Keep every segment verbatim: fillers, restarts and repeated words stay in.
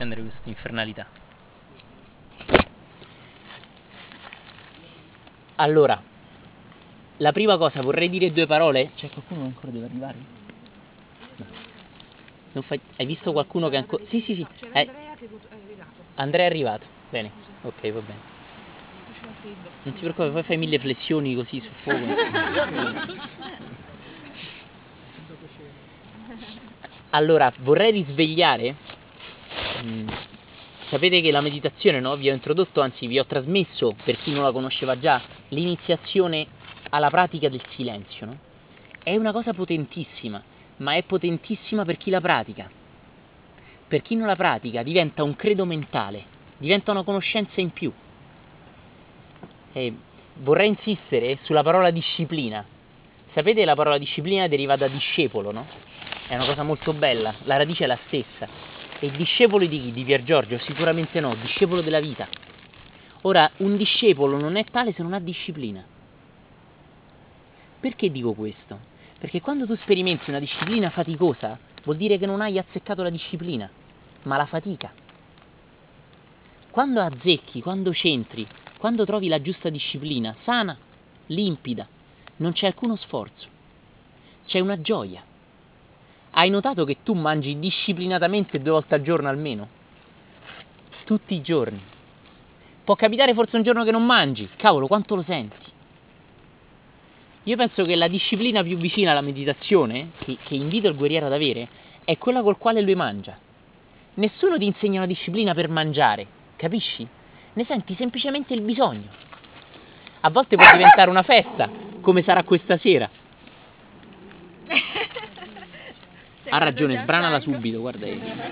accendere questa infernalità. Allora, la prima cosa, vorrei dire due parole. C'è qualcuno che ancora deve arrivare? No. Non fai... Hai visto qualcuno che ancora... Sì, sì, sì. C'era Eh... Andrea che è arrivato. Andrea è arrivato. Bene. Ok, va bene. Non ti preoccupare, poi fai mille flessioni così sul fuoco. Allora, vorrei risvegliare. Mm. Sapete che la meditazione, no? Vi ho introdotto, anzi vi ho trasmesso, per chi non la conosceva già, l'iniziazione alla pratica del silenzio, no? È una cosa potentissima, ma è potentissima per chi la pratica. Per chi non la pratica diventa un credo mentale, diventa una conoscenza in più. E vorrei insistere sulla parola disciplina. Sapete, la parola disciplina deriva da discepolo, no? È una cosa molto bella, la radice è la stessa. E discepolo di chi? Di Pier Giorgio? Sicuramente no, discepolo della vita. Ora, un discepolo non è tale se non ha disciplina. Perché dico questo? Perché quando tu sperimenti una disciplina faticosa, vuol dire che non hai azzeccato la disciplina, ma la fatica. Quando azzecchi, quando centri, quando trovi la giusta disciplina, sana, limpida, non c'è alcuno sforzo, c'è una gioia. Hai notato che tu mangi disciplinatamente due volte al giorno almeno? Tutti i giorni. Può capitare forse un giorno che non mangi, cavolo, quanto lo senti? Io penso che la disciplina più vicina alla meditazione, che, che invito il guerriero ad avere, è quella col quale lui mangia. Nessuno ti insegna una disciplina per mangiare, capisci? Ne senti semplicemente il bisogno. A volte può diventare una festa, come sarà questa sera. Ha ragione, sbranala subito, guarda.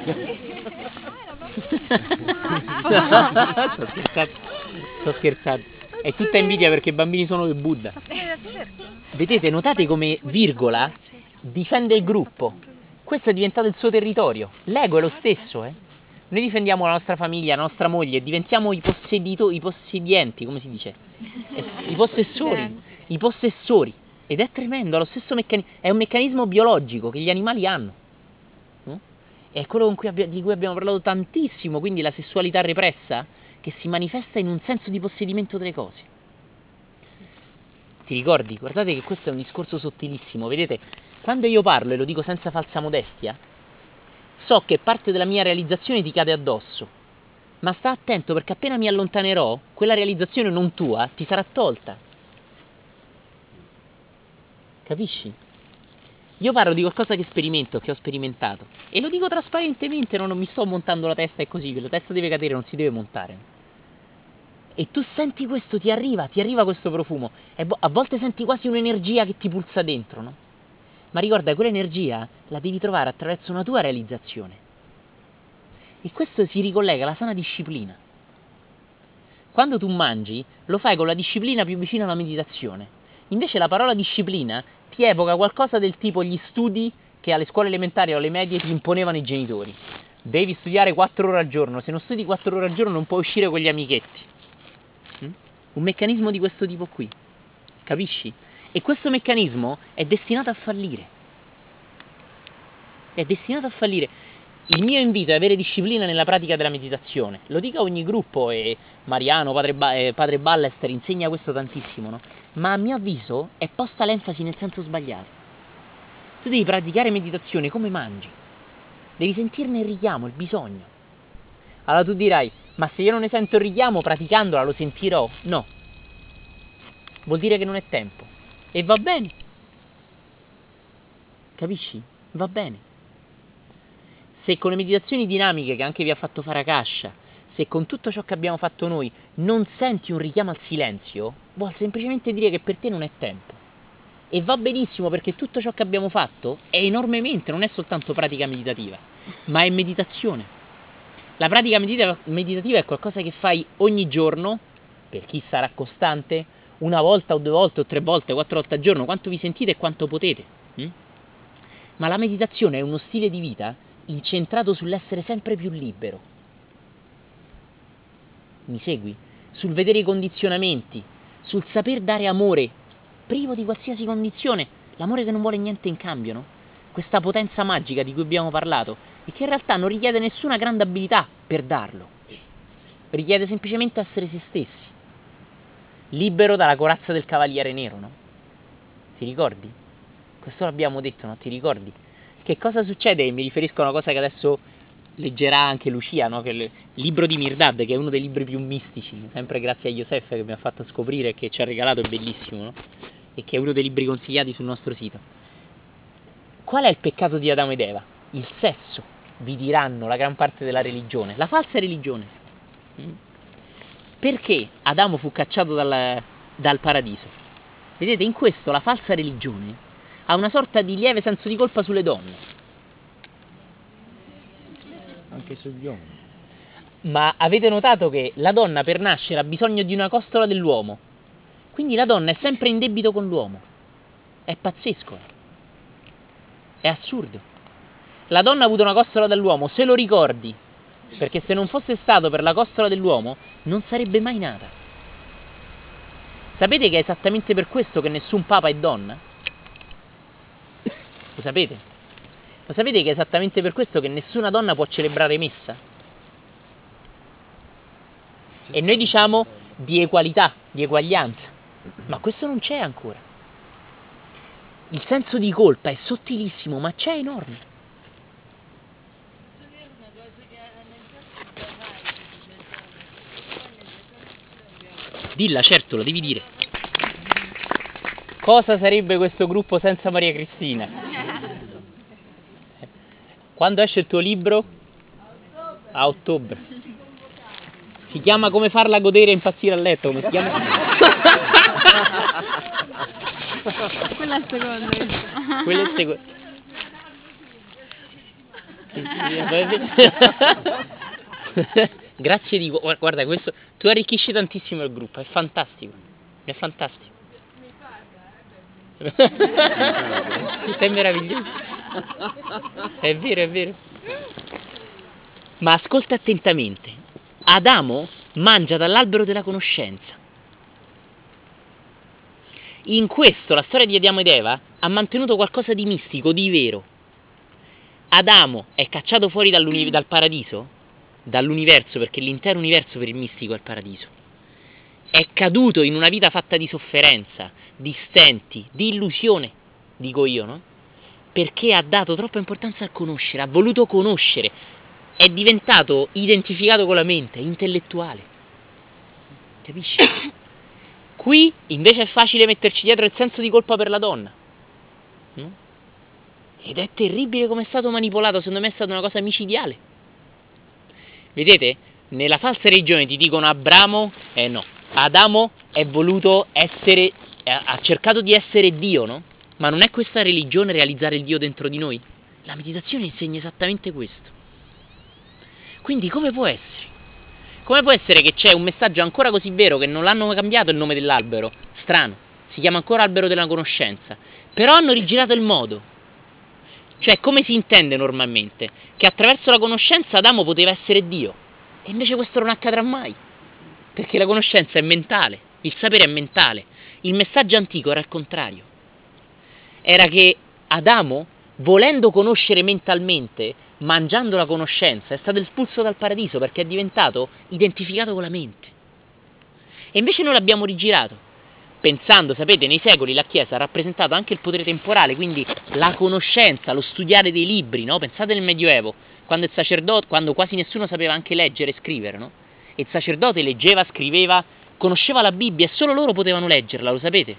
Sto scherzando, sto scherzando. È tutta invidia perché i bambini sono che Buddha. Vedete, notate come virgola difende il gruppo. Questo è diventato il suo territorio. L'ego è lo stesso, eh. Noi difendiamo la nostra famiglia, la nostra moglie, diventiamo i possedito, i possedienti, come si dice? I possessori, i possessori. Ed è tremendo, è lo stesso meccanismo, è un meccanismo biologico che gli animali hanno. No? È quello con cui abbi- di cui abbiamo parlato tantissimo, quindi la sessualità repressa, che si manifesta in un senso di possedimento delle cose. Ti ricordi? Guardate che questo è un discorso sottilissimo, vedete? Quando io parlo, e lo dico senza falsa modestia, so che parte della mia realizzazione ti cade addosso, ma sta attento perché appena mi allontanerò, quella realizzazione non tua ti sarà tolta. Capisci? Io parlo di qualcosa che sperimento, che ho sperimentato, e lo dico trasparentemente, no? Non mi sto montando la testa, è così, la testa deve cadere, non si deve montare. E tu senti questo, ti arriva, ti arriva questo profumo, e a volte senti quasi un'energia che ti pulsa dentro, no? Ma ricorda, quell'energia la devi trovare attraverso una tua realizzazione. E questo si ricollega alla sana disciplina. Quando tu mangi, lo fai con la disciplina più vicina alla meditazione. Invece la parola disciplina ti evoca qualcosa del tipo gli studi che alle scuole elementari o alle medie ti imponevano i genitori. Devi studiare quattro ore al giorno, se non studi quattro ore al giorno non puoi uscire con gli amichetti. Mm? Un meccanismo di questo tipo qui, capisci? E questo meccanismo è destinato a fallire. È destinato a fallire. Il mio invito è avere disciplina nella pratica della meditazione. Lo dico a ogni gruppo, e Mariano, padre, ba- eh, padre Ballester insegna questo tantissimo, no? Ma a mio avviso è posta l'enfasi nel senso sbagliato. Tu devi praticare meditazione come mangi. Devi sentirne il richiamo, il bisogno. Allora tu dirai, ma se io non ne sento il richiamo, praticandola lo sentirò? No. Vuol dire che non è tempo. E va bene. Capisci? Va bene. Se con le meditazioni dinamiche che anche vi ha fatto fare Akasha, se con tutto ciò che abbiamo fatto noi non senti un richiamo al silenzio, vuol semplicemente dire che per te non è tempo. E va benissimo, perché tutto ciò che abbiamo fatto è enormemente, non è soltanto pratica meditativa, ma è meditazione. La pratica medita- meditativa è qualcosa che fai ogni giorno, per chi sarà costante, una volta o due volte o tre volte, quattro volte al giorno, quanto vi sentite e quanto potete. Hm? Ma la meditazione è uno stile di vita incentrato sull'essere sempre più libero. Mi segui? Sul vedere i condizionamenti, sul saper dare amore, privo di qualsiasi condizione, l'amore che non vuole niente in cambio, no? Questa potenza magica di cui abbiamo parlato, e che in realtà non richiede nessuna grande abilità per darlo, richiede semplicemente essere se stessi, libero dalla corazza del cavaliere nero, no? Ti ricordi? Questo l'abbiamo detto, no? Ti ricordi? Che cosa succede? Mi riferisco a una cosa che adesso leggerà anche Lucia, no? Che il libro di Mirdad, che è uno dei libri più mistici, sempre grazie a Yosef che mi ha fatto scoprire e che ci ha regalato, è bellissimo, no? E che è uno dei libri consigliati sul nostro sito. Qual è il peccato di Adamo ed Eva? Il sesso, vi diranno la gran parte della religione, la falsa religione. Perché Adamo fu cacciato dal, dal paradiso? Vedete, in questo la falsa religione ha una sorta di lieve senso di colpa sulle donne. Anche sugli uomini. Ma avete notato che la donna per nascere ha bisogno di una costola dell'uomo? Quindi la donna è sempre in debito con l'uomo. È pazzesco. È assurdo. La donna ha avuto una costola dall'uomo, se lo ricordi. Perché se non fosse stato per la costola dell'uomo, non sarebbe mai nata. Sapete che è esattamente per questo che nessun papa è donna? Lo sapete? Lo sapete che è esattamente per questo che nessuna donna può celebrare messa? E noi diciamo di equalità, di eguaglianza, ma questo non c'è ancora. Il senso di colpa è sottilissimo, ma c'è enorme. Dilla, certo, lo devi dire. Cosa sarebbe questo gruppo senza Maria Cristina? Quando esce il tuo libro? A ottobre. Si chiama Come farla godere e impazzire a letto, come si chiama? Quella è il secondo. Quello è il secondo. Grazie di guarda questo, tu arricchisci tantissimo il gruppo, è fantastico, è fantastico. Sei meraviglioso. È vero, è vero. Ma ascolta attentamente. Adamo mangia dall'albero della conoscenza. In questo la storia di Adamo ed Eva ha mantenuto qualcosa di mistico, di vero. Adamo è cacciato fuori dal paradiso, dall'universo, perché l'intero universo per il mistico è il paradiso. È caduto in una vita fatta di sofferenza, di stenti, di illusione, dico io, no? Perché ha dato troppa importanza al conoscere, ha voluto conoscere, è diventato identificato con la mente, è intellettuale. Capisci? Qui invece è facile metterci dietro il senso di colpa per la donna. No? Ed è terribile come è stato manipolato, secondo me è stata una cosa micidiale. Vedete? Nella falsa religione ti dicono Abramo, eh no, Adamo è voluto essere, ha cercato di essere Dio, no? Ma non è questa religione realizzare il Dio dentro di noi? La meditazione insegna esattamente questo. Quindi come può essere? Come può essere che c'è un messaggio ancora così vero che non l'hanno cambiato il nome dell'albero? Strano, si chiama ancora albero della conoscenza. Però hanno rigirato il modo. Cioè, come si intende normalmente? Che attraverso la conoscenza Adamo poteva essere Dio. E invece questo non accadrà mai. Perché la conoscenza è mentale, il sapere è mentale. Il messaggio antico era il contrario. Era che Adamo, volendo conoscere mentalmente, mangiando la conoscenza, è stato espulso dal paradiso perché è diventato identificato con la mente. E invece noi l'abbiamo rigirato, pensando, sapete, nei secoli la Chiesa ha rappresentato anche il potere temporale, quindi la conoscenza, lo studiare dei libri, no? Pensate nel Medioevo, quando il sacerdote, quando quasi nessuno sapeva anche leggere e scrivere, no? E il sacerdote leggeva, scriveva, conosceva la Bibbia e solo loro potevano leggerla, lo sapete?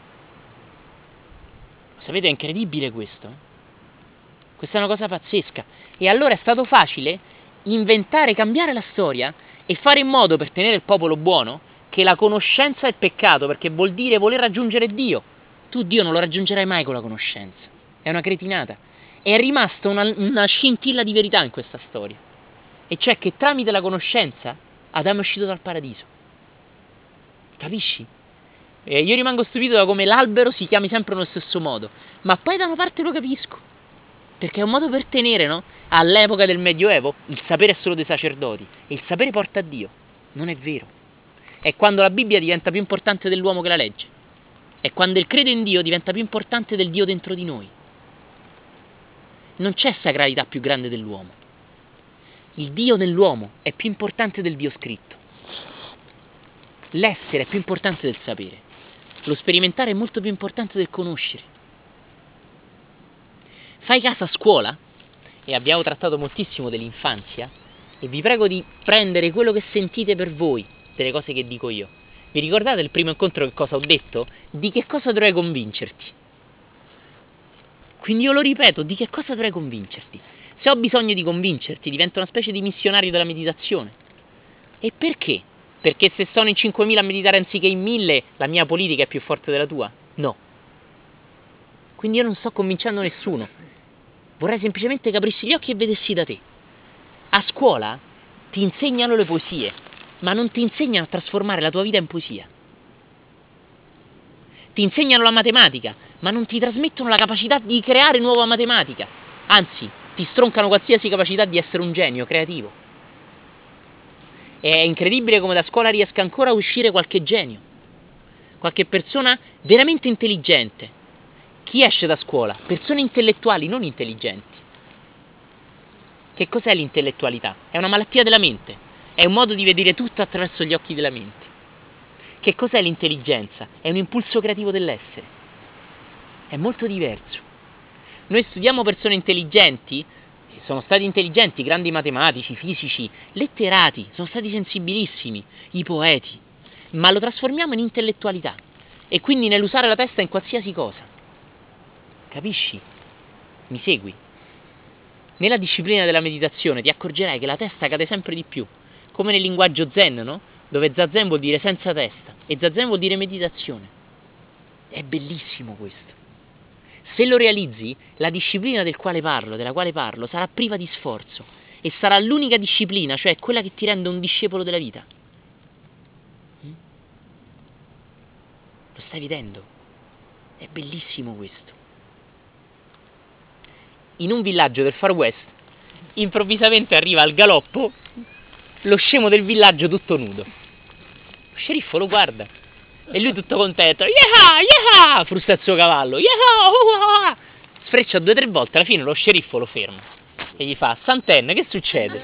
Lo sapete, è incredibile questo. Questa è una cosa pazzesca. E allora è stato facile inventare, cambiare la storia e fare in modo, per tenere il popolo buono, che la conoscenza è il peccato, perché vuol dire voler raggiungere Dio. Tu Dio non lo raggiungerai mai con la conoscenza. È una cretinata. È rimasta una, una scintilla di verità in questa storia. E cioè che tramite la conoscenza Adamo è uscito dal paradiso. Capisci? E io rimango stupito da come l'albero si chiami sempre nello stesso modo. Ma poi da una parte lo capisco. Perché è un modo per tenere, no? All'epoca del Medioevo il sapere è solo dei sacerdoti e il sapere porta a Dio. Non è vero. È quando la Bibbia diventa più importante dell'uomo che la legge. È quando il credo in Dio diventa più importante del Dio dentro di noi. Non c'è sacralità più grande dell'uomo. Il Dio nell'uomo è più importante del Dio scritto. L'essere è più importante del sapere. Lo sperimentare è molto più importante del conoscere. Fai caso a scuola, e abbiamo trattato moltissimo dell'infanzia, e vi prego di prendere quello che sentite per voi, delle cose che dico io. Vi ricordate il primo incontro che cosa ho detto? Di che cosa dovrei convincerti? Quindi io lo ripeto, di che cosa dovrei convincerti? Se ho bisogno di convincerti, divento una specie di missionario della meditazione. E perché? Perché se sono in cinquemila a meditare anziché in mille, la mia politica è più forte della tua? No. Quindi io non sto convincendo nessuno. Vorrei semplicemente che aprissi gli occhi e vedessi da te. A scuola ti insegnano le poesie, ma non ti insegnano a trasformare la tua vita in poesia. Ti insegnano la matematica, ma non ti trasmettono la capacità di creare nuova matematica. Anzi, ti stroncano qualsiasi capacità di essere un genio creativo. È incredibile come da scuola riesca ancora a uscire qualche genio, qualche persona veramente intelligente. Chi esce da scuola? Persone intellettuali, non intelligenti. Che cos'è l'intellettualità? È una malattia della mente, è un modo di vedere tutto attraverso gli occhi della mente. Che cos'è l'intelligenza? È un impulso creativo dell'essere. È molto diverso. Noi studiamo persone intelligenti, sono stati intelligenti, grandi matematici, fisici, letterati, sono stati sensibilissimi, i poeti, ma lo trasformiamo in intellettualità e quindi nell'usare la testa in qualsiasi cosa. Capisci? Mi segui? Nella disciplina della meditazione ti accorgerai che la testa cade sempre di più, come nel linguaggio zen, no? Dove zazen vuol dire senza testa e zazen vuol dire meditazione. È bellissimo questo. Se lo realizzi, la disciplina del quale parlo, della quale parlo, sarà priva di sforzo e sarà l'unica disciplina, cioè quella che ti rende un discepolo della vita. Lo stai vedendo? È bellissimo questo. In un villaggio del Far West, improvvisamente arriva al galoppo lo scemo del villaggio tutto nudo. Lo sceriffo lo guarda e lui tutto contento, yeha, yeha, frusta il suo cavallo, yeha, uh, uh. Sfreccia due o tre volte, alla fine lo sceriffo lo ferma e gli fa, Santen, che succede?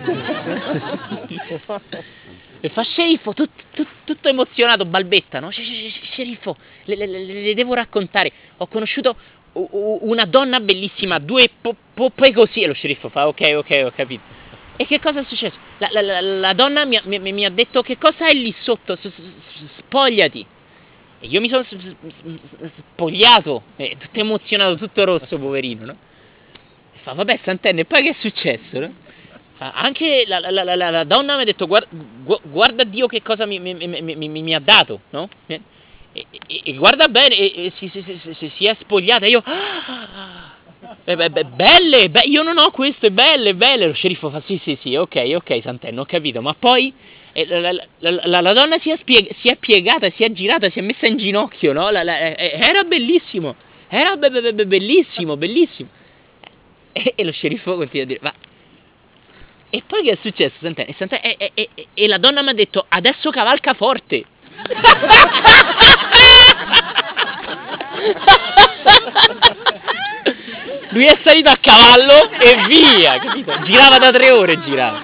E fa, sceriffo, tut, tut, tutto emozionato, balbetta, no? Sceriffo, le, le, le, le devo raccontare, ho conosciuto una donna bellissima, due po, po, poi così, e lo sceriffo fa, ok, ok, ho capito. E che cosa è successo? La, la, la, la donna mi ha, mi, mi ha detto, che cosa è lì sotto? S, s, spogliati. E io mi sono spogliato, e tutto emozionato, tutto rosso, poverino, no? E fa, vabbè, Sant'Enne, e poi che è successo, no? Fa, anche la, la, la, la, la donna mi ha detto, guarda, guarda Dio che cosa mi, mi, mi, mi, mi ha dato, no? E, e, e guarda bene, e, e si, si, si, si, si è spogliata, e io... Ah, Be, be, be, belle, be, io non ho queste, belle, belle. Lo sceriffo fa sì, sì, sì, ok, ok, Santenno, ho capito. Ma poi eh, la, la, la, la donna si è, spieg- si è piegata, si è girata, si è messa in ginocchio, no? La, la, eh, era bellissimo, era be, be, be, bellissimo, bellissimo. E, e lo sceriffo continua a dire, ma... E poi che è successo, Santenno? E, Santenno, e, e, e, e la donna mi ha detto, adesso cavalca forte. Lui è salito a cavallo e via, capito? Girava da tre ore, girava.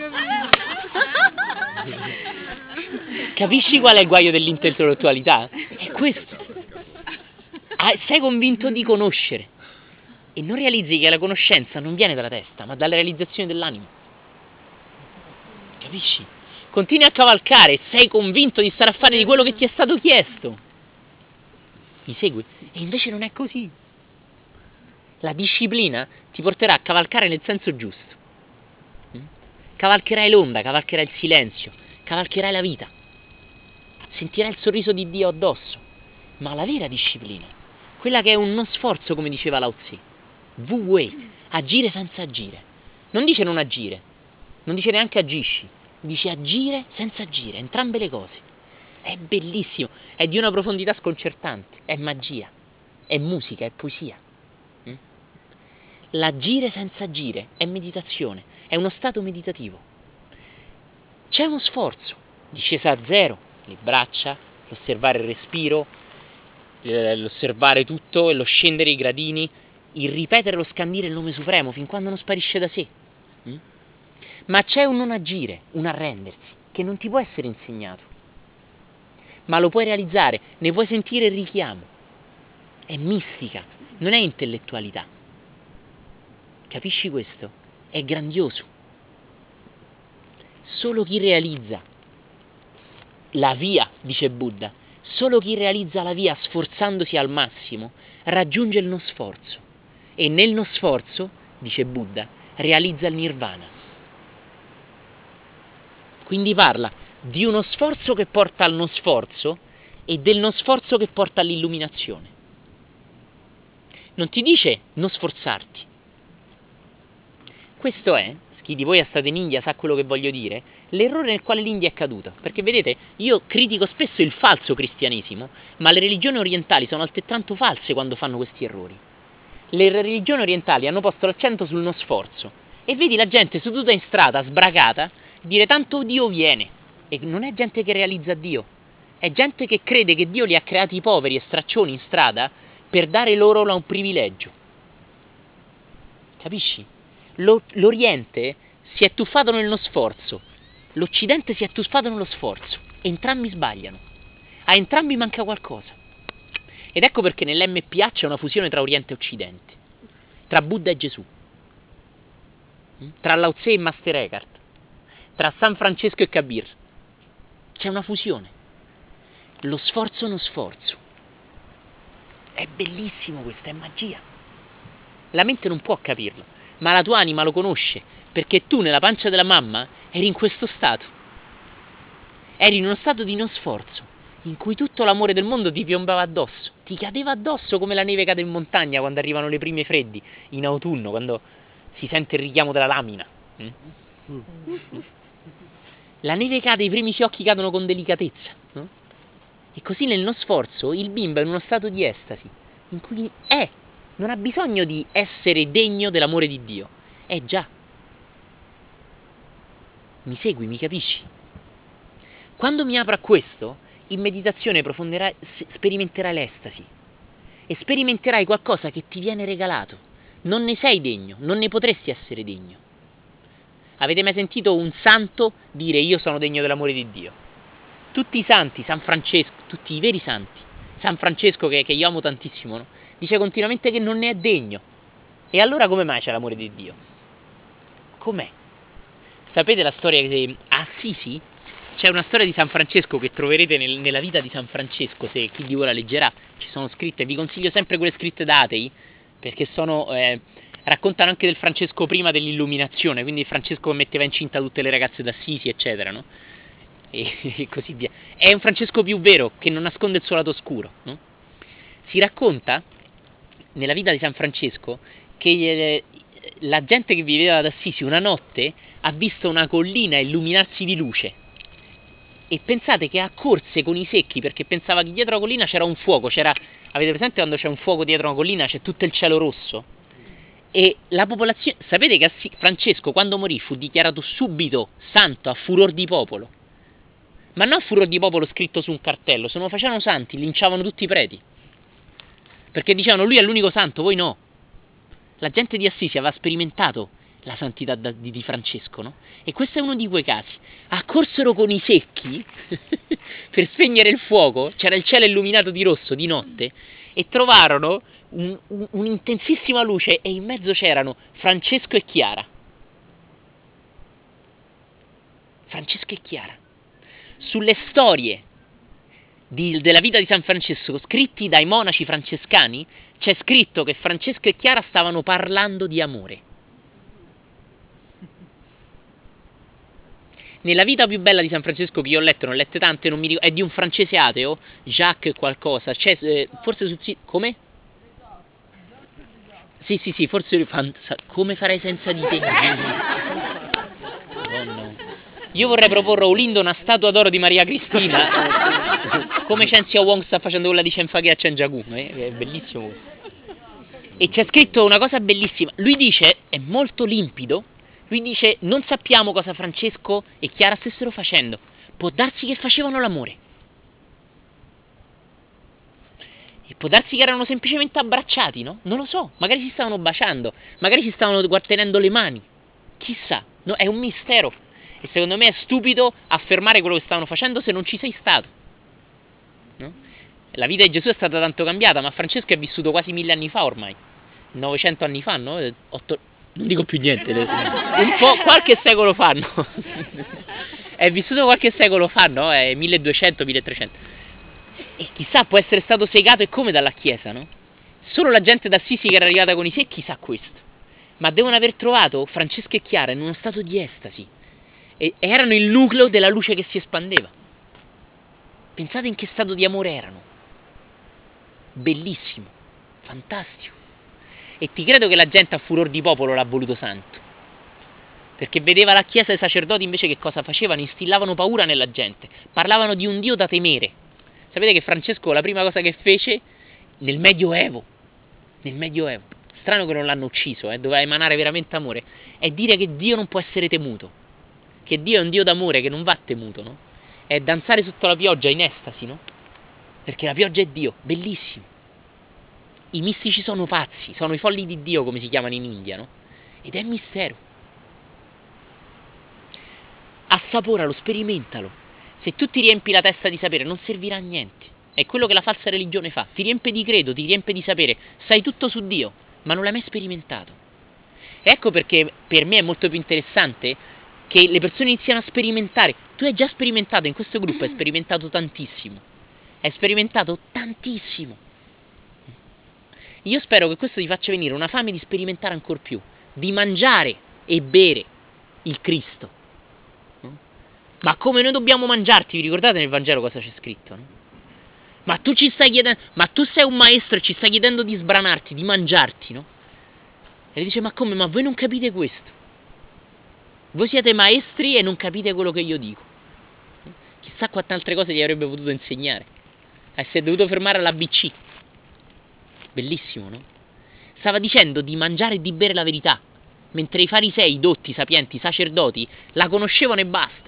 Capisci qual è il guaio dell'intellettualità? È questo. Sei convinto di conoscere e non realizzi che la conoscenza non viene dalla testa, ma dalla realizzazione dell'anima. Capisci? Continui a cavalcare, sei convinto di stare a fare di quello che ti è stato chiesto. Mi segui? E invece non è così. La disciplina ti porterà a cavalcare nel senso giusto. Cavalcherai l'onda, cavalcherai il silenzio, cavalcherai la vita. Sentirai il sorriso di Dio addosso. Ma la vera disciplina, quella che è uno sforzo, come diceva Lao Tse, Wu Wei, agire senza agire. Non dice non agire, non dice neanche agisci, dice agire senza agire, entrambe le cose. È bellissimo, è di una profondità sconcertante, è magia, è musica, è poesia. L'agire senza agire è meditazione, è uno stato meditativo. C'è uno sforzo, discesa a zero, le braccia, l'osservare il respiro, l'osservare tutto, lo scendere i gradini, il ripetere, lo scandire il nome supremo fin quando non sparisce da sé. Ma c'è un non agire, un arrendersi, che non ti può essere insegnato, ma lo puoi realizzare, ne puoi sentire il richiamo. È mistica, non è intellettualità. Capisci questo? È grandioso. Solo chi realizza la via, dice Buddha, solo chi realizza la via sforzandosi al massimo raggiunge il non sforzo. E nel non sforzo, dice Buddha, realizza il nirvana. Quindi parla di uno sforzo che porta al non sforzo e del non sforzo che porta all'illuminazione. Non ti dice non sforzarti. Questo è, chi di voi è stato in India sa quello che voglio dire, l'errore nel quale l'India è caduta. Perché vedete, io critico spesso il falso cristianesimo, ma le religioni orientali sono altrettanto false quando fanno questi errori. Le religioni orientali hanno posto l'accento sul non sforzo e vedi la gente seduta in strada, sbracata, dire tanto Dio viene. E non è gente che realizza Dio, è gente che crede che Dio li ha creati poveri e straccioni in strada per dare loro un privilegio. Capisci? Lo, L'Oriente si è tuffato nello sforzo, l'Occidente si è tuffato nello sforzo, entrambi sbagliano, a entrambi manca qualcosa. Ed ecco perché nell'M P A c'è una fusione tra Oriente e Occidente, tra Buddha e Gesù, tra Lao Tse e Master Eckhart, tra San Francesco e Kabir. C'è una fusione. Lo sforzo è uno sforzo. È bellissimo questo, è magia. La mente non può capirlo, ma la tua anima lo conosce, perché tu nella pancia della mamma eri in questo stato. Eri in uno stato di non sforzo, in cui tutto l'amore del mondo ti piombava addosso, ti cadeva addosso come la neve cade in montagna quando arrivano le prime freddi, in autunno, quando si sente il richiamo della lamina. Mm? La neve cade, i primi fiocchi cadono con delicatezza, no? E così nel non sforzo il bimbo è in uno stato di estasi, in cui è, non ha bisogno di essere degno dell'amore di Dio, è già. Mi segui, mi capisci? Quando mi apro a questo, in meditazione sperimenterai l'estasi e sperimenterai qualcosa che ti viene regalato. Non ne sei degno, non ne potresti essere degno. Avete mai sentito un santo dire io sono degno dell'amore di Dio? Tutti i santi, San Francesco, tutti i veri santi, San Francesco che, che io amo tantissimo, no? Dice continuamente che non ne è degno. E allora come mai c'è l'amore di Dio? Com'è? Sapete la storia di Assisi? C'è una storia di San Francesco che troverete nel, nella vita di San Francesco, se chi di voi la leggerà, ci sono scritte, vi consiglio sempre quelle scritte da atei, perché sono... Eh, raccontano anche del Francesco prima dell'illuminazione, quindi Francesco che metteva incinta tutte le ragazze d'Assisi, eccetera, no? E, e così via. È un Francesco più vero, che non nasconde il suo lato oscuro, no? Si racconta, nella vita di San Francesco, che eh, la gente che viveva ad Assisi una notte ha visto una collina illuminarsi di luce. E pensate che accorse con i secchi, perché pensava che dietro la collina c'era un fuoco, c'era... Avete presente quando c'è un fuoco dietro una collina, c'è tutto il cielo rosso? E la popolazione, sapete che Francesco quando morì fu dichiarato subito santo a furor di popolo, ma non a furor di popolo scritto su un cartello, se non lo facevano santi linciavano tutti i preti, perché dicevano lui è l'unico santo, voi no. La gente di Assisi aveva sperimentato la santità di, di Francesco, no? E questo è uno di quei casi. Accorsero con i secchi per spegnere il fuoco, c'era il cielo illuminato di rosso di notte e trovarono Un, un, un'intensissima luce e in mezzo c'erano Francesco e Chiara. Francesco e Chiara. Sulle storie di, della vita di San Francesco scritti dai monaci francescani c'è scritto che Francesco e Chiara stavano parlando di amore. Nella vita più bella di San Francesco che io ho letto, non ho lette tante, non mi ricordo, è di un francese ateo, Jacques qualcosa, c'è eh, forse sul sito, come? Sì, sì, sì, forse come farei senza di te? Oh no. Io vorrei proporre a Olindo una statua d'oro di Maria Cristina, come Chen Xiao Wong sta facendo quella di Chen Faghe a Chen Jiagu, è bellissimo questo. E c'è scritto una cosa bellissima, lui dice, è molto limpido, lui dice non sappiamo cosa Francesco e Chiara stessero facendo, può darsi che facevano l'amore. E può darsi che erano semplicemente abbracciati, no? Non lo so, magari si stavano baciando, magari si stavano tenendo le mani, chissà. No, è un mistero. E secondo me è stupido affermare quello che stavano facendo se non ci sei stato. No? La vita di Gesù è stata tanto cambiata, ma Francesco è vissuto quasi mille anni fa ormai. novecento anni fa, no? Otto... Non dico più niente. Un po', qualche secolo fa, no? È vissuto qualche secolo fa, no? È milleduecento milletrecento. E chissà, può essere stato segato e come dalla Chiesa, no? Solo la gente d'Assisi che era arrivata con i secchi sa questo. Ma devono aver trovato Francesco e Chiara in uno stato di estasi. E erano il nucleo della luce che si espandeva. Pensate in che stato di amore erano. Bellissimo, fantastico. E ti credo che la gente a furor di popolo l'ha voluto santo, perché vedeva la Chiesa e i sacerdoti invece che cosa facevano? Instillavano paura nella gente, parlavano di un Dio da temere. Sapete che Francesco la prima cosa che fece nel Medioevo, nel Medioevo, strano che non l'hanno ucciso, eh, doveva emanare veramente amore, è dire che Dio non può essere temuto, che Dio è un Dio d'amore che non va temuto, no? È danzare sotto la pioggia in estasi, no? Perché la pioggia è Dio, bellissimo. I mistici sono pazzi, sono i folli di Dio come si chiamano in India, no? Ed è mistero. Assaporalo, sperimentalo. Se tu ti riempi la testa di sapere non servirà a niente. È quello che la falsa religione fa, ti riempie di credo, ti riempie di sapere, sai tutto su Dio, ma non l'hai mai sperimentato. Ecco perché per me è molto più interessante che le persone iniziano a sperimentare. Tu hai già sperimentato, in questo gruppo hai sperimentato tantissimo, hai sperimentato tantissimo. Io spero che questo ti faccia venire una fame di sperimentare ancora più, di mangiare e bere il Cristo. No? Ma come noi dobbiamo mangiarti? Vi ricordate nel Vangelo cosa c'è scritto? No? Ma tu ci stai chiedendo, ma tu sei un maestro e ci stai chiedendo di sbranarti, di mangiarti, no? E lui dice, ma come? Ma voi non capite questo? Voi siete maestri e non capite quello che io dico. Chissà quante altre cose gli avrebbe potuto insegnare. E si è dovuto fermare all'A B C. Bellissimo, no? Stava dicendo di mangiare e di bere la verità, mentre i farisei, i dotti, i sapienti, i sacerdoti la conoscevano e basta.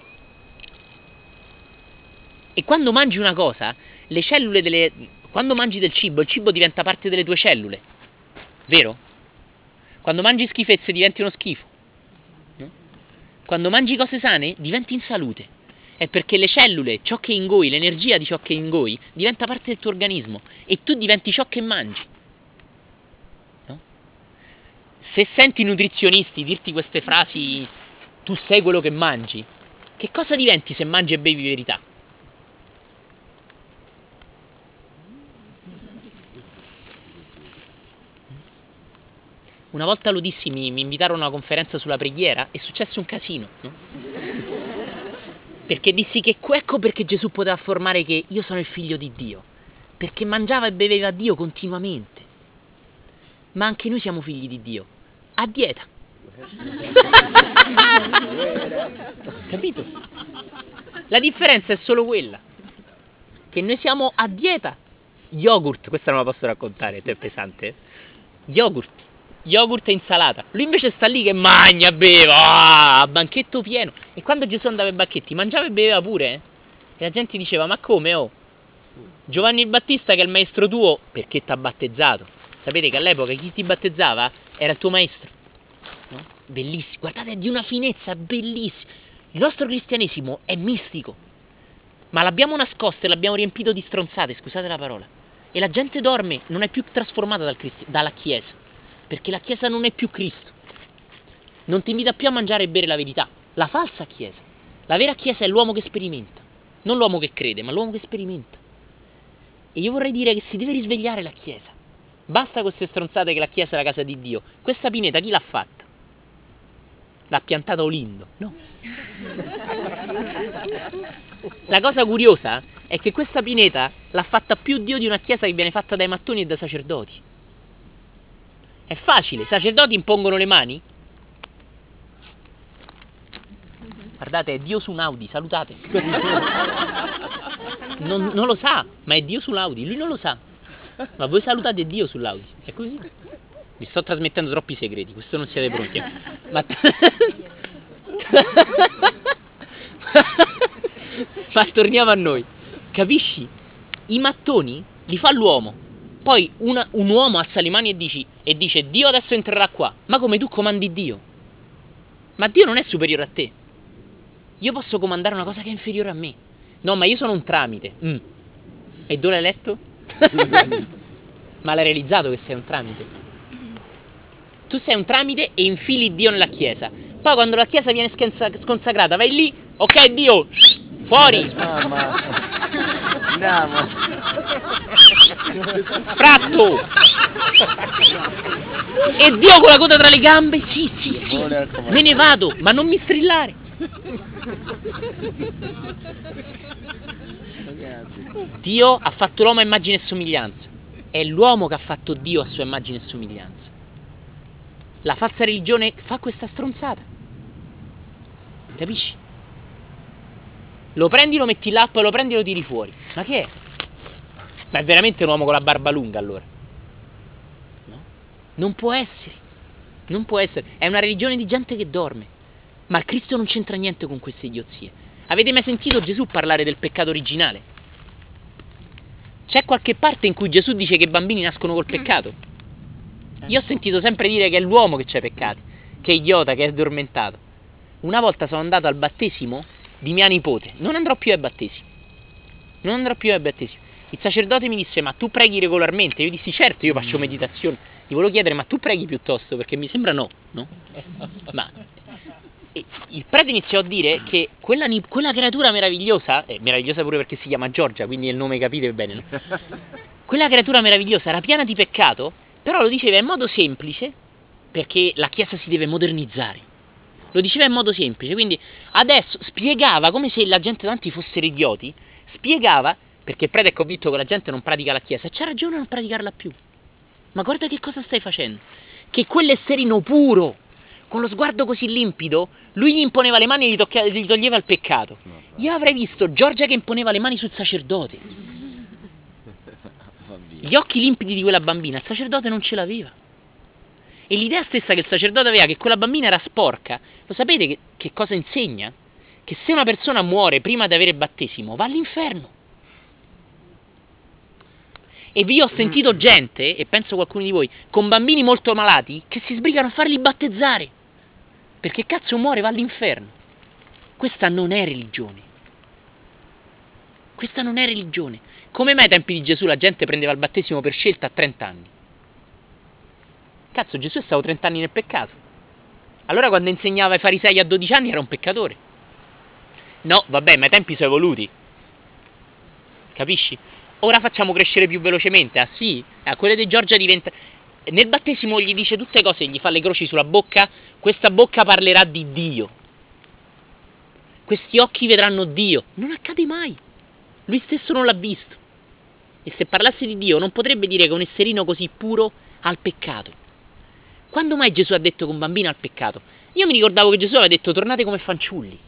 E quando mangi una cosa, le cellule delle... quando mangi del cibo, il cibo diventa parte delle tue cellule, vero? Quando mangi schifezze diventi uno schifo, no? Quando mangi cose sane diventi in salute. È perché le cellule, ciò che ingoi, l'energia di ciò che ingoi, diventa parte del tuo organismo e tu diventi ciò che mangi. No? Se senti i nutrizionisti dirti queste frasi, tu sei quello che mangi, che cosa diventi se mangi e bevi verità? Una volta lo dissi, mi, mi invitarono a una conferenza sulla preghiera e successe un casino, no? Perché dissi che ecco perché Gesù poteva affermare che io sono il figlio di Dio, perché mangiava e beveva Dio continuamente. Ma anche noi siamo figli di Dio, a dieta. Capito? La differenza è solo quella, che noi siamo a dieta. Yogurt, questa non la posso raccontare, è pesante. Yogurt. Yogurt e insalata. Lui invece sta lì che mangia, beve, ah, a banchetto pieno. E quando Gesù andava ai banchetti mangiava e beveva pure, eh? E la gente diceva, ma come, oh? Giovanni il Battista che è il maestro tuo, perché ti ha battezzato? Sapete che all'epoca chi ti battezzava era il tuo maestro, no? Bellissimo, guardate, è di una finezza bellissima. Il nostro cristianesimo è mistico, ma l'abbiamo nascosto e l'abbiamo riempito di stronzate, scusate la parola. E la gente dorme, non è più trasformata dal cristi- dalla Chiesa. Perché la Chiesa non è più Cristo. Non ti invita più a mangiare e bere la verità. La falsa Chiesa. La vera Chiesa è l'uomo che sperimenta. Non l'uomo che crede, ma l'uomo che sperimenta. E io vorrei dire che si deve risvegliare la Chiesa. Basta queste stronzate che la Chiesa è la casa di Dio. Questa pineta chi l'ha fatta? L'ha piantata Olindo? No. La cosa curiosa è che questa pineta l'ha fatta più Dio di una Chiesa che viene fatta dai mattoni e dai sacerdoti. È facile, i sacerdoti impongono le mani. Guardate, è Dio su un Audi, salutate. Non, non lo sa, ma è Dio sull'Audi, lui non lo sa. Ma voi salutate Dio sull'Audi, è così. Vi sto trasmettendo troppi segreti, questo non siete pronti. Ma, ma torniamo a noi, capisci? I mattoni li fa l'uomo. Poi una, un uomo alza le mani e, dici, e dice Dio adesso entrerà qua. Ma come tu comandi Dio? Ma Dio non è superiore a te. Io posso comandare una cosa che è inferiore a me. No, ma io sono un tramite. Mm. E dove l'hai letto? Ma l'hai realizzato che sei un tramite? Tu sei un tramite e infili Dio nella Chiesa. Poi quando la Chiesa viene sconsacrata, vai lì, ok Dio, fuori. Mamma. Andiamo. Sfratto. E Dio con la coda tra le gambe, sì, sì, sì, me ne vado, ma non mi strillare. Dio ha fatto l'uomo a immagine e somiglianza. È l'uomo che ha fatto Dio a sua immagine e somiglianza. La falsa religione fa questa stronzata. Capisci? Lo prendi, lo metti là, poi lo prendi e lo tiri fuori. Ma che è? Ma è veramente un uomo con la barba lunga allora? No? Non può essere. Non può essere. È una religione di gente che dorme. Ma il Cristo non c'entra niente con queste idiozie. Avete mai sentito Gesù parlare del peccato originale? C'è qualche parte in cui Gesù dice che i bambini nascono col peccato? Io ho sentito sempre dire che è l'uomo che c'ha i peccati, che è idiota, che è addormentato. Una volta sono andato al battesimo di mia nipote. Non andrò più ai battesimi. Non andrò più ai battesimi. Il sacerdote mi disse: ma tu preghi regolarmente? Io dissi: certo, io faccio meditazione. Gli volevo chiedere: ma tu preghi piuttosto? Perché mi sembra no, no? Ma il prete iniziò a dire che quella, quella creatura meravigliosa, eh, meravigliosa pure perché si chiama Giorgia, quindi il nome capite bene, no? Quella creatura meravigliosa era piena di peccato, però lo diceva in modo semplice, perché la Chiesa si deve modernizzare. Lo diceva in modo semplice, quindi adesso spiegava, come se la gente tanti fossero idioti, spiegava, perché il prete è convinto che la gente non pratica la Chiesa, e c'ha ragione a non praticarla più. Ma guarda che cosa stai facendo, che quell'esserino puro, con lo sguardo così limpido, lui gli imponeva le mani e gli, tocca, gli toglieva il peccato. Io avrei visto Giorgia che imponeva le mani sul sacerdote. Gli occhi limpidi di quella bambina, il sacerdote non ce l'aveva. E l'idea stessa che il sacerdote aveva che quella bambina era sporca, lo sapete che, che cosa insegna? Che se una persona muore prima di avere il battesimo, va all'inferno. E io ho sentito gente, e penso qualcuno di voi, con bambini molto malati, che si sbrigano a farli battezzare. Perché cazzo muore, va all'inferno. Questa non è religione. Questa non è religione. Come mai ai tempi di Gesù la gente prendeva il battesimo per scelta a trenta anni? Cazzo, Gesù è stato trenta anni nel peccato. Allora quando insegnava ai farisei a dodici anni era un peccatore. No, vabbè, ma i tempi sono evoluti. Capisci? Ora facciamo crescere più velocemente. Ah sì? A quelle di Giorgia diventa... Nel battesimo gli dice tutte cose, gli fa le croci sulla bocca. Questa bocca parlerà di Dio. Questi occhi vedranno Dio. Non accade mai. Lui stesso non l'ha visto. E se parlasse di Dio non potrebbe dire che un esserino così puro ha il peccato. Quando mai Gesù ha detto che un bambino ha il peccato? Io mi ricordavo che Gesù aveva detto tornate come fanciulli.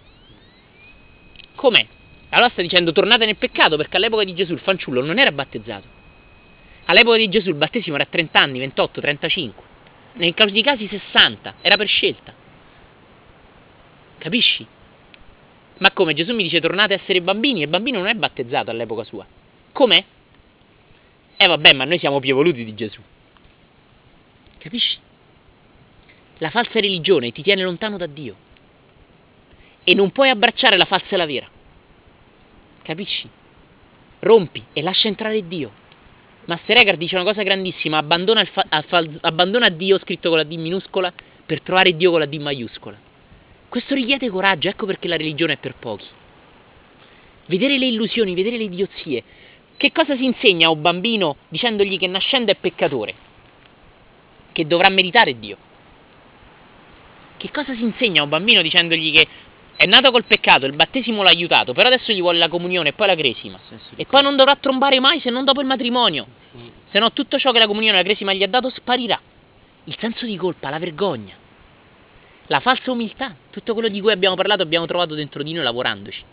Com'è? Allora sta dicendo tornate nel peccato, perché all'epoca di Gesù il fanciullo non era battezzato. All'epoca di Gesù il battesimo era a trenta anni, ventotto, trentacinque. Nei casi casi sessanta, era per scelta. Capisci? Ma come? Gesù mi dice tornate a essere bambini e il bambino non è battezzato all'epoca sua. Com'è? Eh vabbè, ma noi siamo più evoluti di Gesù. Capisci? La falsa religione ti tiene lontano da Dio. E non puoi abbracciare la falsa e la vera. Capisci? Rompi e lascia entrare Dio. Master Eckhart dice una cosa grandissima: abbandona, il fa- abbandona Dio scritto con la D minuscola per trovare Dio con la D maiuscola. Questo richiede coraggio, ecco perché la religione è per pochi. Vedere le illusioni, vedere le idiozie. Che cosa si insegna a un bambino dicendogli che nascendo è peccatore? Che dovrà meritare Dio? Che cosa si insegna a un bambino dicendogli che è nato col peccato, il battesimo l'ha aiutato, però adesso gli vuole la comunione e poi la cresima, e poi non dovrà trombare mai se non dopo il matrimonio, se no tutto ciò che la comunione e la cresima gli ha dato sparirà. Il senso di colpa, la vergogna, la falsa umiltà, tutto quello di cui abbiamo parlato abbiamo trovato dentro di noi lavorandoci.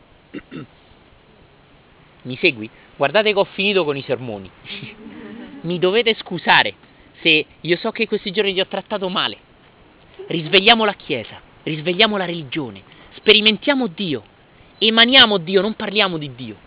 Mi segui? Guardate che ho finito con i sermoni. Mi dovete scusare se io so che questi giorni ti ho trattato male. Risvegliamo la Chiesa, risvegliamo la religione, sperimentiamo Dio, emaniamo Dio, non parliamo di Dio.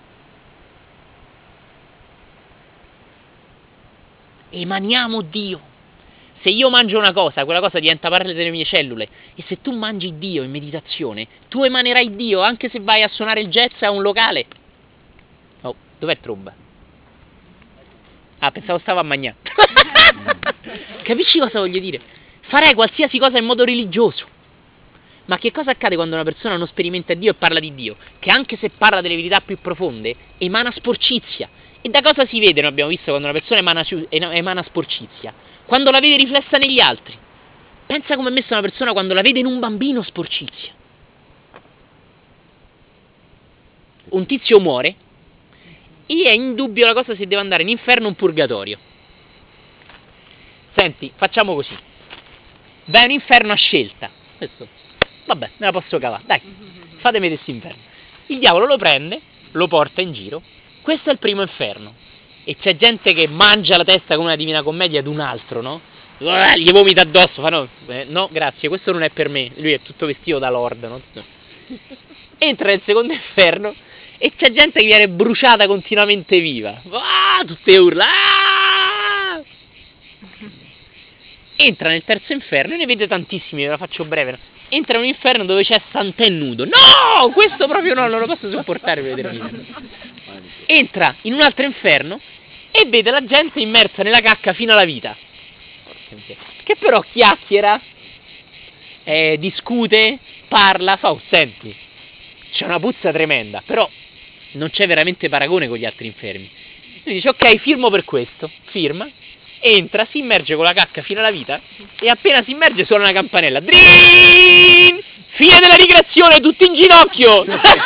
Emaniamo Dio, Se io mangio una cosa, quella cosa diventa parte delle mie cellule. E se tu mangi Dio in meditazione, tu emanerai Dio anche se vai a suonare il jazz a un locale. Oh, dov'è Tromba? Ah, pensavo stava a mangiare. Capisci cosa voglio dire? Farai qualsiasi cosa in modo religioso. Ma che cosa accade quando una persona non sperimenta Dio e parla di Dio? Che anche se parla delle verità più profonde, emana sporcizia. E da cosa si vede? Noi abbiamo visto quando una persona emana, emana sporcizia. Quando la vede riflessa negli altri. Pensa come è messa una persona quando la vede in un bambino sporcizia. Un tizio muore e è indubbio la cosa se deve andare in inferno o in purgatorio. Senti, facciamo così. Vai in inferno a scelta. Questo, vabbè, me la posso cavare. Dai, fatemi questo inferno. Il diavolo lo prende, lo porta in giro. Questo è il primo inferno. E c'è gente che mangia la testa come una Divina Commedia ad un altro, no? Gli vomita addosso, fa no, eh, no, grazie, questo non è per me. Lui è tutto vestito da lord, no? Entra nel secondo inferno e c'è gente che viene bruciata continuamente viva. Ah, tutte urla. Ah! Entra nel terzo inferno e ne vede tantissimi, ve la faccio breve. No? Entra in un inferno dove c'è Sant'è nudo. No, questo proprio no, non lo posso sopportare vedermi. Entra in un altro inferno e vede la gente immersa nella cacca fino alla vita. Che però chiacchiera, eh, discute, parla, fa, oh, senti, c'è una puzza tremenda, però non c'è veramente paragone con gli altri infermi. Lui dice, ok, firmo per questo, firma, entra, si immerge con la cacca fino alla vita e appena si immerge suona una campanella. Drin! Fine della ricreazione, tutti in ginocchio!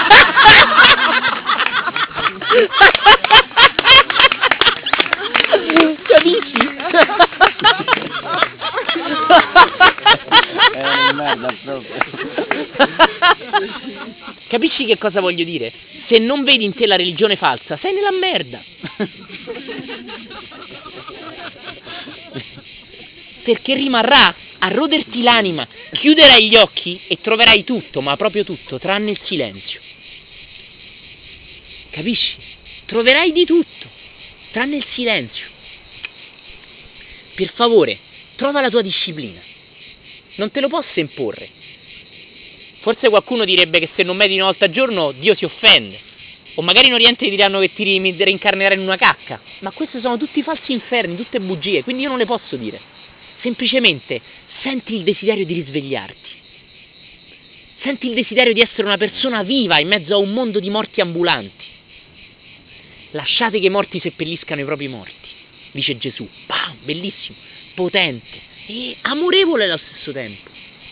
Capisci? È una merda proprio. Capisci che cosa voglio dire? Se non vedi in te la religione falsa, sei nella merda. Perché rimarrà a roderti l'anima, chiuderai gli occhi e troverai tutto, ma proprio tutto, tranne il silenzio. Capisci? Troverai di tutto, tranne il silenzio. Per favore, trova la tua disciplina. Non te lo posso imporre. Forse qualcuno direbbe che se non mediti una volta al giorno Dio si offende. O magari in Oriente ti diranno che ti reincarnerai in una cacca. Ma questi sono tutti falsi inferni, tutte bugie, quindi io non le posso dire. Semplicemente senti il desiderio di risvegliarti. Senti il desiderio di essere una persona viva in mezzo a un mondo di morti ambulanti. Lasciate che i morti seppelliscano i propri morti, dice Gesù. Bam, bellissimo, potente e amorevole allo stesso tempo.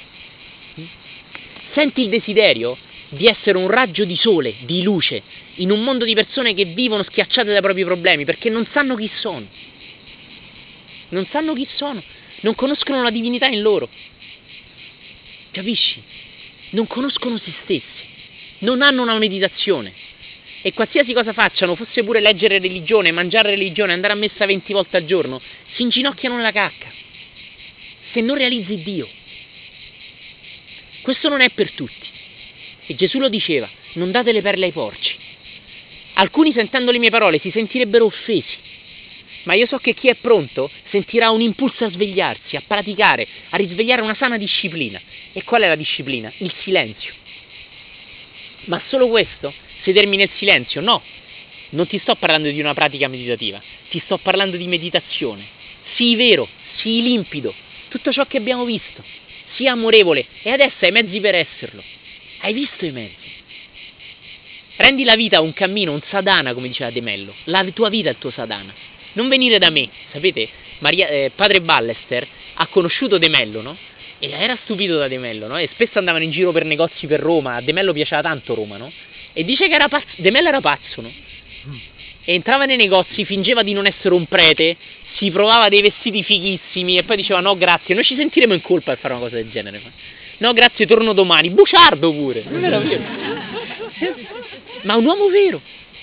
Senti il desiderio di essere un raggio di sole, di luce, in un mondo di persone che vivono schiacciate dai propri problemi perché non sanno chi sono. Non sanno chi sono, non conoscono la divinità in loro. Capisci? Non conoscono se stessi, non hanno una meditazione. E qualsiasi cosa facciano, fosse pure leggere religione, mangiare religione, andare a messa venti volte al giorno, si inginocchiano nella cacca. Se non realizzi Dio. Questo non è per tutti. E Gesù lo diceva, non date le perle ai porci. Alcuni sentendo le mie parole si sentirebbero offesi. Ma io so che chi è pronto sentirà un impulso a svegliarsi, a praticare, a risvegliare una sana disciplina. E qual è la disciplina? Il silenzio. Ma solo questo? Sedermi nel silenzio? No, non ti sto parlando di una pratica meditativa, ti sto parlando di meditazione. Sii vero, sii limpido, tutto ciò che abbiamo visto, sii amorevole e adesso hai i mezzi per esserlo. Hai visto i mezzi? Rendi la vita un cammino, un sadhana, come diceva De Mello. La tua vita è il tuo sadhana. Non venire da me, sapete, Maria, eh, padre Ballester ha conosciuto De Mello, no? E era stupito da De Mello, no? E spesso andavano in giro per negozi per Roma, a De Mello piaceva tanto Roma, no? E dice che era pazzo, De Mello era pazzo, no? E entrava nei negozi, fingeva di non essere un prete, si provava dei vestiti fighissimi e poi diceva no grazie, noi ci sentiremo in colpa per fare una cosa del genere. No grazie, torno domani, buciardo pure, non era vero. Ma un uomo vero.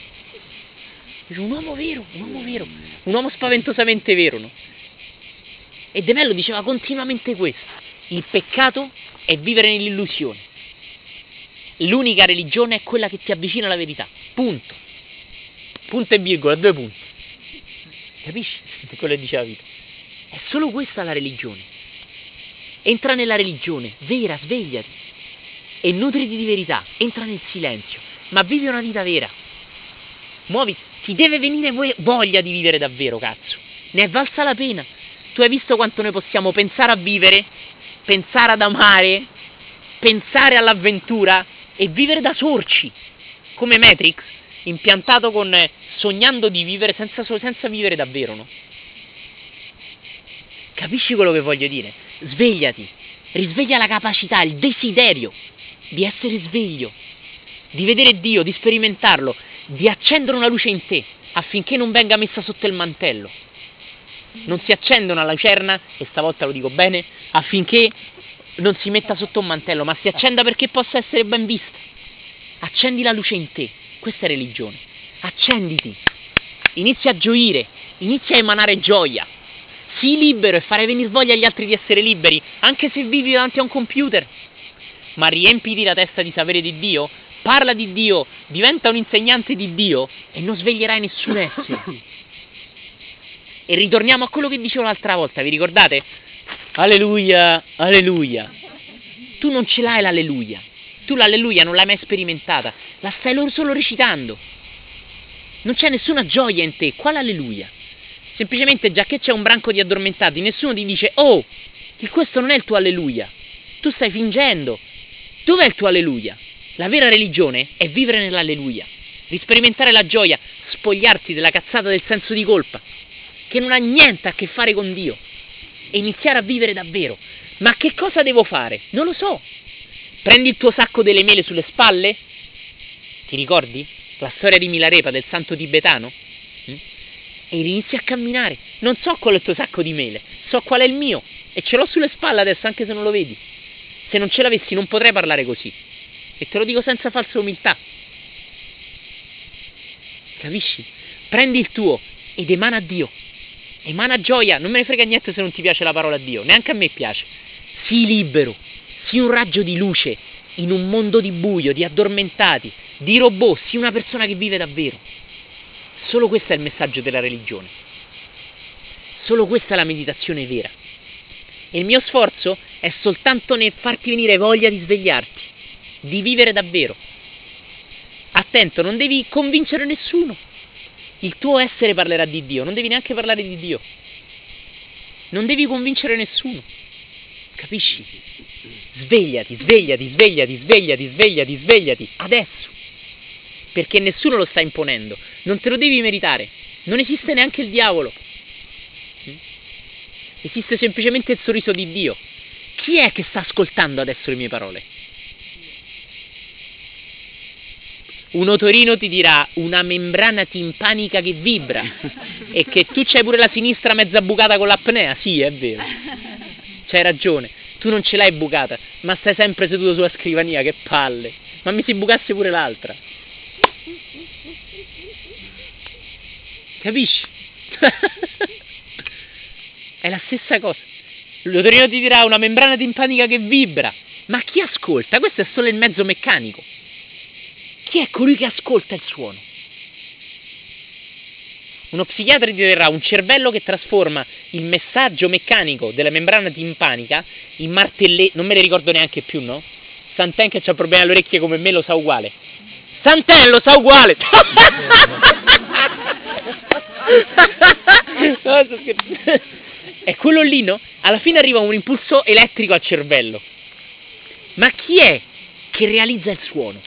Un uomo vero, un uomo vero, un uomo spaventosamente vero, no? E De Mello diceva continuamente questo, il peccato è vivere nell'illusione. L'unica religione è quella che ti avvicina alla verità. Punto. Punto e virgola, due punti. Capisci? Quello che diceva Vito. È solo questa la religione. Entra nella religione, vera, svegliati. E nutriti di verità, entra nel silenzio. Ma vivi una vita vera. Muovi, ti deve venire voglia di vivere davvero, cazzo. Ne è valsa la pena. Tu hai visto quanto noi possiamo pensare a vivere, pensare ad amare, pensare all'avventura e vivere da sorci. Come Matrix, impiantato con eh, sognando di vivere senza, senza vivere davvero, no? Capisci quello che voglio dire? Svegliati, risveglia la capacità, il desiderio di essere sveglio, di vedere Dio, di sperimentarlo, di accendere una luce in te affinché non venga messa sotto il mantello. Non si accende una lucerna, e stavolta lo dico bene, affinché non si metta sotto un mantello, ma si accenda perché possa essere ben vista. Accendi la luce in te, questa è religione. Accenditi, inizia a gioire, inizia a emanare gioia. Sii libero e fare venire voglia agli altri di essere liberi, anche se vivi davanti a un computer. Ma riempiti la testa di sapere di Dio, parla di Dio, diventa un insegnante di Dio e non sveglierai nessun essere. E ritorniamo a quello che dicevo l'altra volta, vi ricordate? Alleluia, alleluia. Tu non ce l'hai l'alleluia. Tu l'alleluia non l'hai mai sperimentata, la stai solo recitando. Non c'è nessuna gioia in te, quale alleluia? Semplicemente già che c'è un branco di addormentati, nessuno ti dice: oh, che questo non è il tuo alleluia. Tu stai fingendo. Dov'è il tuo alleluia? La vera religione è vivere nell'alleluia, risperimentare la gioia, spogliarti della cazzata del senso di colpa, che non ha niente a che fare con Dio, e iniziare a vivere davvero. Ma che cosa devo fare? Non lo so. Prendi il tuo sacco delle mele sulle spalle? Ti ricordi? La storia di Milarepa, del santo tibetano? Mm? E inizi a camminare. Non so qual è il tuo sacco di mele, so qual è il mio, e ce l'ho sulle spalle adesso, anche se non lo vedi. Se non ce l'avessi non potrei parlare così. E te lo dico senza falsa umiltà. Capisci? Prendi il tuo ed emana a Dio. Emana gioia, non me ne frega niente se non ti piace la parola Dio, neanche a me piace. Sii libero, sii un raggio di luce in un mondo di buio, di addormentati, di robot, sii una persona che vive davvero. Solo questo è il messaggio della religione. Solo questa è la meditazione vera. E il mio sforzo è soltanto nel farti venire voglia di svegliarti, di vivere davvero. Attento, non devi convincere nessuno. Il tuo essere parlerà di Dio, non devi neanche parlare di Dio. Non devi convincere nessuno. Capisci? Svegliati, svegliati, svegliati, svegliati, svegliati, svegliati, adesso. Perché nessuno lo sta imponendo. Non te lo devi meritare. Non esiste neanche il diavolo. Esiste semplicemente il sorriso di Dio. Chi è che sta ascoltando adesso le mie parole? Un otorino ti dirà una membrana timpanica che vibra e che tu c'hai pure la sinistra mezza bucata con l'apnea. Sì, è vero, c'hai ragione, tu non ce l'hai bucata, ma stai sempre seduto sulla scrivania, che palle. Ma mi si bucasse pure l'altra. Capisci? È la stessa cosa. L'otorino ti dirà una membrana timpanica che vibra, ma chi ascolta? Questo è solo il mezzo meccanico. Chi è colui che ascolta il suono? Uno psichiatra ti dirà un cervello che trasforma il messaggio meccanico della membrana timpanica in martelletto. Non me le ricordo neanche più, no? Santen che c'ha problemi alle orecchie come me lo sa uguale. Santen lo sa uguale! No, sto scherzando. È quello lì, no? Alla fine arriva un impulso elettrico al cervello. Ma chi è che realizza il suono?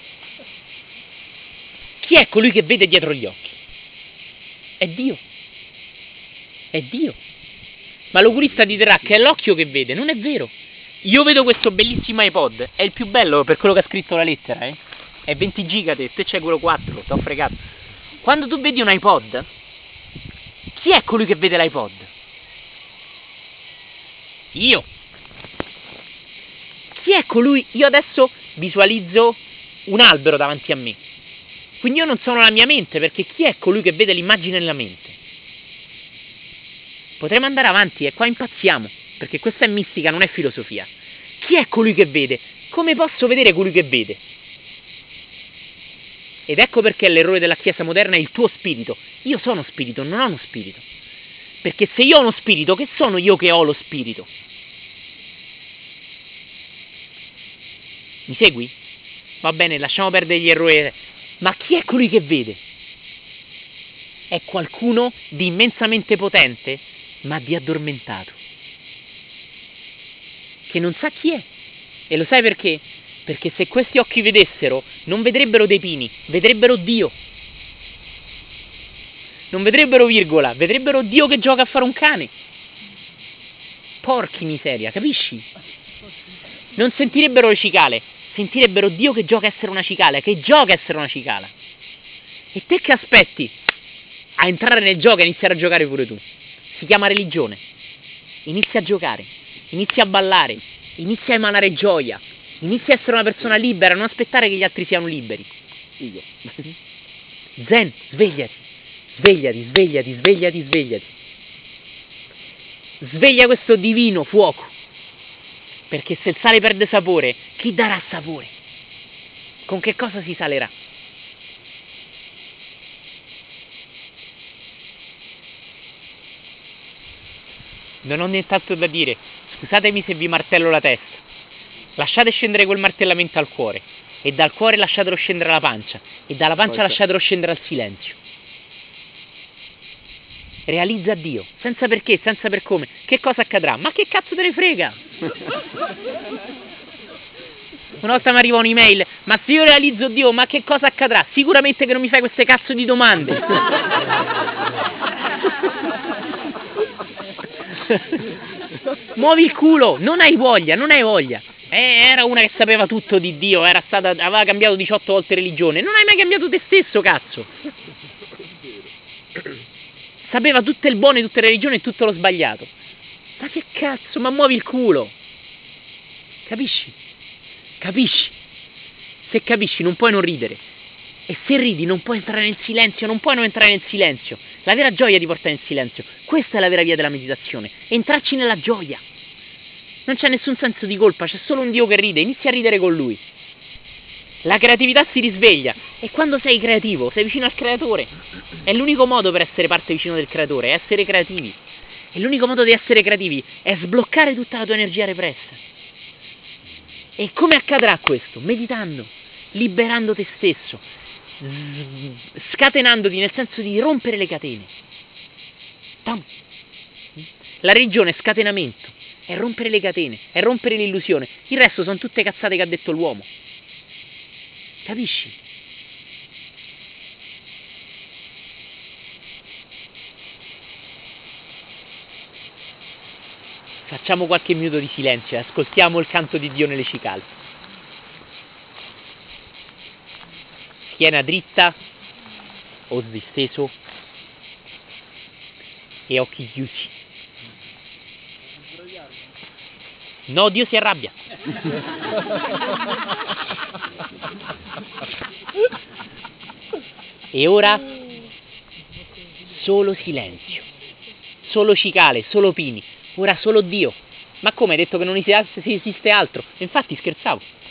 Chi è colui che vede dietro gli occhi? È Dio. È Dio. Ma l'oculista ti dirà che è l'occhio che vede, non è vero. Io vedo questo bellissimo iPod, è il più bello per quello che ha scritto la lettera, eh? È venti giga te, te c'hai quello quattro, t'ho fregato. Quando tu vedi un iPod, chi è colui che vede l'iPod? Io. Chi è colui? Io adesso visualizzo un albero davanti a me. Quindi io non sono la mia mente, perché chi è colui che vede l'immagine nella mente? Potremmo andare avanti e qua impazziamo, perché questa è mistica, non è filosofia. Chi è colui che vede? Come posso vedere colui che vede? Ed ecco perché l'errore della Chiesa moderna è il tuo spirito. Io sono spirito, non ho uno spirito. Perché se io ho uno spirito, che sono io che ho lo spirito? Mi segui? Va bene, lasciamo perdere gli errori. Ma chi è colui che vede? È qualcuno di immensamente potente, ma di addormentato, che non sa chi è. E lo sai perché? Perché se questi occhi vedessero, non vedrebbero dei pini, vedrebbero Dio. Non vedrebbero virgola, vedrebbero Dio che gioca a fare un cane. Porchi miseria, capisci? Non sentirebbero le cicale, sentirebbero Dio che gioca a essere una cicala, che gioca a essere una cicala. E te che aspetti a entrare nel gioco e iniziare a giocare pure tu? Si chiama religione. Inizia a giocare, inizia a ballare, inizia a emanare gioia, inizia a essere una persona libera, non aspettare che gli altri siano liberi. Io. Zen, svegliati, svegliati, svegliati, svegliati, svegliati. Sveglia questo divino fuoco. Perché se il sale perde sapore, chi darà sapore? Con che cosa si salerà? Non ho nient'altro da dire. Scusatemi se vi martello la testa. Lasciate scendere quel martellamento al cuore. E dal cuore lasciatelo scendere alla pancia. E dalla pancia lasciatelo scendere al silenzio. Realizza Dio. Senza perché, senza per come. Che cosa accadrà? Ma che cazzo te ne frega? Una volta mi arriva un'email. Ma se io realizzo Dio, ma che cosa accadrà? Sicuramente che non mi fai queste cazzo di domande. Muovi il culo, non hai voglia, non hai voglia. Eh, era una che sapeva tutto di Dio, era stata, aveva cambiato diciotto volte religione. Non hai mai cambiato te stesso, cazzo. Sapeva tutto il buono di tutte le religioni e tutto lo sbagliato. Ma che cazzo, ma muovi il culo. Capisci? Capisci? Se capisci non puoi non ridere. E se ridi non puoi entrare nel silenzio, non puoi non entrare nel silenzio. La vera gioia ti porta nel silenzio. Questa è la vera via della meditazione. Entrarci nella gioia. Non c'è nessun senso di colpa, c'è solo un Dio che ride. Inizia a ridere con Lui. La creatività si risveglia. E quando sei creativo, sei vicino al creatore. È l'unico modo per essere parte vicino del creatore, è essere creativi. E l'unico modo di essere creativi è sbloccare tutta la tua energia repressa. E come accadrà questo? Meditando, liberando te stesso, scatenandoti nel senso di rompere le catene. Tam. La religione è scatenamento, è rompere le catene, è rompere l'illusione. Il resto sono tutte cazzate che ha detto l'uomo. Capisci? Facciamo qualche minuto di silenzio e ascoltiamo il canto di Dio nelle cicale. Schiena dritta, o disteso e occhi chiusi. No, Dio si arrabbia. E ora solo silenzio, solo cicale, solo pini. Ora solo Dio. Ma come, hai detto che non esiste altro? Infatti scherzavo.